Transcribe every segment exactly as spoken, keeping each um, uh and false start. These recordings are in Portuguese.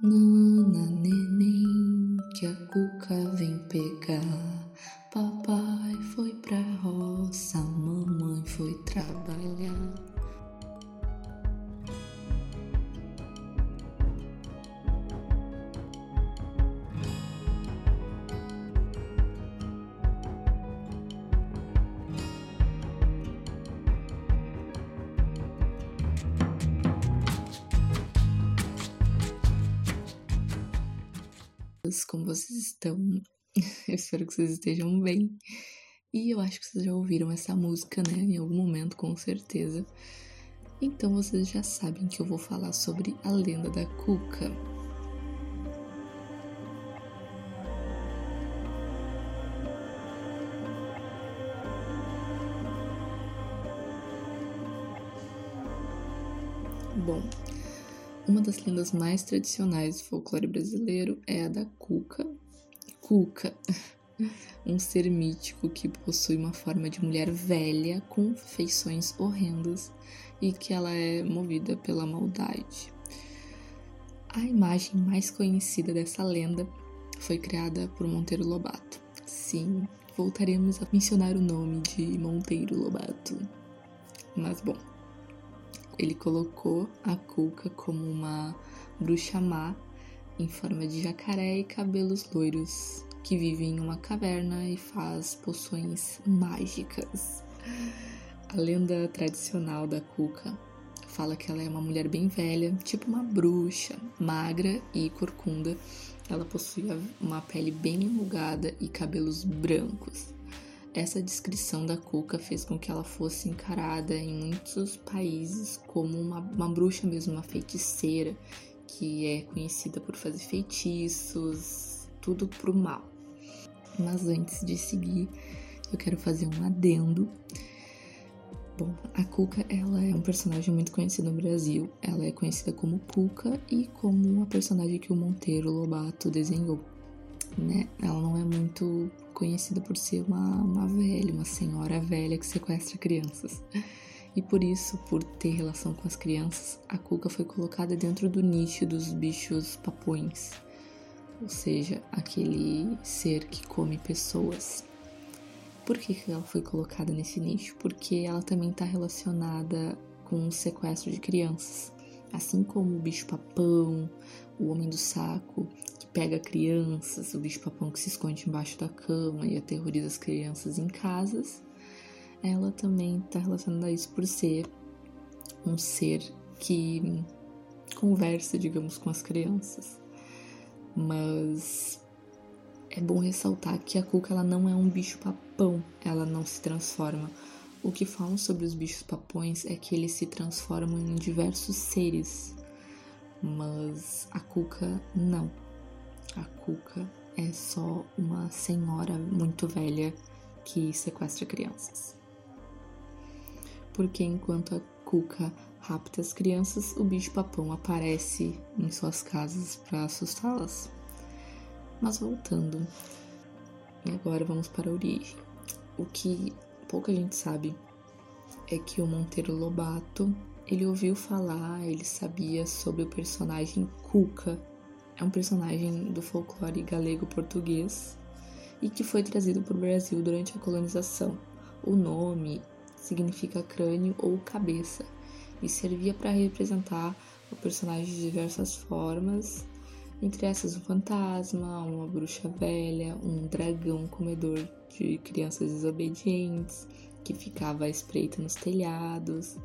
Nana neném, que a cuca vem pegar. Papai foi pra roça, mamãe foi trabalhar. Como vocês estão? Eu espero que vocês estejam bem. E eu acho que vocês já ouviram essa música, né? Em algum momento, com certeza. Então vocês já sabem que eu vou falar sobre a lenda da Cuca. Bom, uma das lendas mais tradicionais do folclore brasileiro é a da Cuca. Cuca, um ser mítico que possui uma forma de mulher velha com feições horrendas e que ela é movida pela maldade. A imagem mais conhecida dessa lenda foi criada por Monteiro Lobato. Sim, voltaremos a mencionar o nome de Monteiro Lobato. Mas bom, ele colocou a Cuca como uma bruxa má em forma de jacaré e cabelos loiros que vive em uma caverna e faz poções mágicas. A lenda tradicional da Cuca fala que ela é uma mulher bem velha, tipo uma bruxa, magra e corcunda. Ela possui uma pele bem enrugada e cabelos brancos. Essa descrição da Cuca fez com que ela fosse encarada em muitos países como uma, uma bruxa mesmo, uma feiticeira, que é conhecida por fazer feitiços, tudo pro mal. Mas antes de seguir, eu quero fazer um adendo. Bom, a Cuca, ela é um personagem muito conhecido no Brasil. Ela é conhecida como Cuca e como a personagem que o Monteiro Lobato desenhou, né? Ela não é muito conhecida por ser uma, uma velha, uma senhora velha que sequestra crianças. E por isso, por ter relação com as crianças, a Cuca foi colocada dentro do nicho dos bichos papões, ou seja, aquele ser que come pessoas. Por que ela foi colocada nesse nicho? Porque ela também está relacionada com o sequestro de crianças. Assim como o bicho-papão, o homem do saco, que pega crianças, o bicho-papão que se esconde embaixo da cama e aterroriza as crianças em casas, ela também está relacionada a isso por ser um ser que conversa, digamos, com as crianças. Mas é bom ressaltar que a Cuca, ela não é um bicho-papão, ela não se transforma. O que falam sobre os bichos-papões é que eles se transformam em diversos seres, mas a Cuca não. A Cuca é só uma senhora muito velha que sequestra crianças. Porque enquanto a Cuca rapta as crianças, o bicho-papão aparece em suas casas para assustá-las. Mas voltando, agora vamos para a origem. O que pouca gente sabe é que o Monteiro Lobato, ele ouviu falar, ele sabia sobre o personagem Cuca. É um personagem do folclore galego-português e que foi trazido para o Brasil durante a colonização. O nome significa crânio ou cabeça e servia para representar o personagem de diversas formas, entre essas um fantasma, uma bruxa velha, um dragão comedor de crianças desobedientes, que ficava à espreita nos telhados.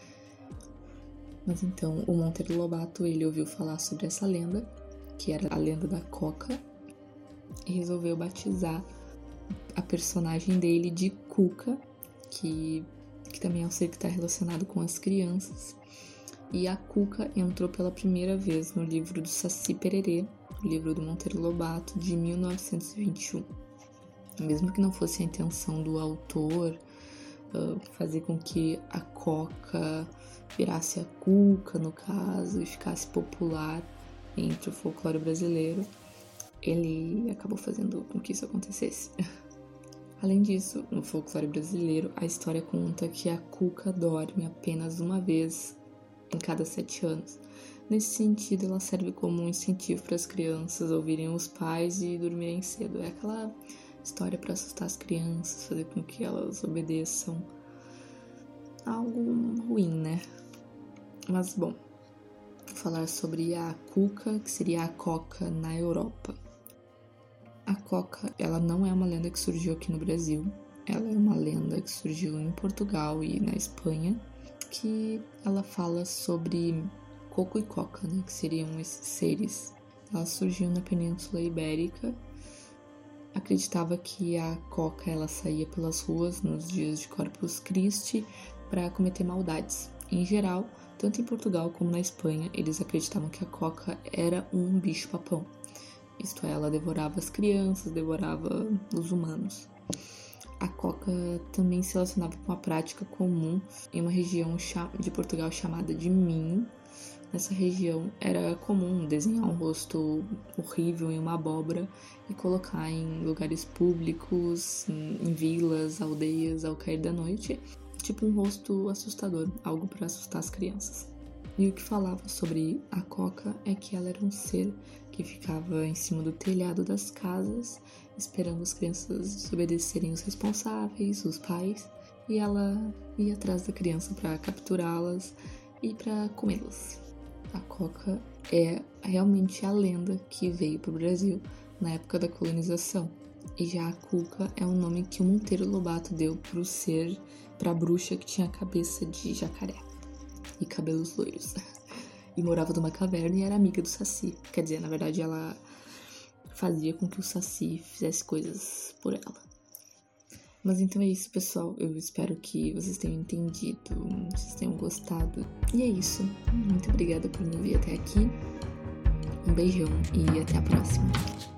Mas então, o Monteiro Lobato, ele ouviu falar sobre essa lenda, que era a lenda da Coca, e resolveu batizar a personagem dele de Cuca, que, que também é um ser que está relacionado com as crianças. E a Cuca entrou pela primeira vez no livro do Saci Pererê, o livro do Monteiro Lobato, de mil novecentos e vinte e um. Mesmo que não fosse a intenção do autor uh, fazer com que a Coca virasse a Cuca, no caso, e ficasse popular entre o folclore brasileiro, ele acabou fazendo com que isso acontecesse. Além disso, no folclore brasileiro, a história conta que a Cuca dorme apenas uma vez em cada sete anos. Nesse sentido, ela serve como um incentivo para as crianças ouvirem os pais e dormirem cedo. É aquela história para assustar as crianças, fazer com que elas obedeçam. Algo ruim, né? Mas, bom, vou falar sobre a cuca, que seria a coca na Europa. A coca, ela não é uma lenda que surgiu aqui no Brasil. Ela é uma lenda que surgiu em Portugal e na Espanha, que ela fala sobre coco e coca, né, que seriam esses seres. Ela surgiu na Península Ibérica. Acreditava que a coca ela saía pelas ruas nos dias de Corpus Christi para cometer maldades. Em geral, tanto em Portugal como na Espanha, eles acreditavam que a coca era um bicho-papão. Isto é, ela devorava as crianças, devorava os humanos. A coca também se relacionava com uma prática comum em uma região de Portugal chamada de Minho. Nessa região era comum desenhar um rosto horrível em uma abóbora e colocar em lugares públicos, em vilas, aldeias, ao cair da noite, tipo um rosto assustador, algo para assustar as crianças. E o que falava sobre a coca é que ela era um ser que ficava em cima do telhado das casas, esperando as crianças desobedecerem os responsáveis, os pais, e ela ia atrás da criança para capturá-las e para comê-las. A coca é realmente a lenda que veio para o Brasil na época da colonização. E já a cuca é um nome que o Monteiro Lobato deu para o ser, para a bruxa que tinha a cabeça de jacaré e cabelos loiros. E morava numa caverna e era amiga do Saci. Quer dizer, na verdade ela fazia com que o Saci fizesse coisas por ela. Mas então é isso, pessoal. Eu espero que vocês tenham entendido, vocês tenham gostado. E é isso. Muito obrigada por me ver até aqui. Um beijão e até a próxima.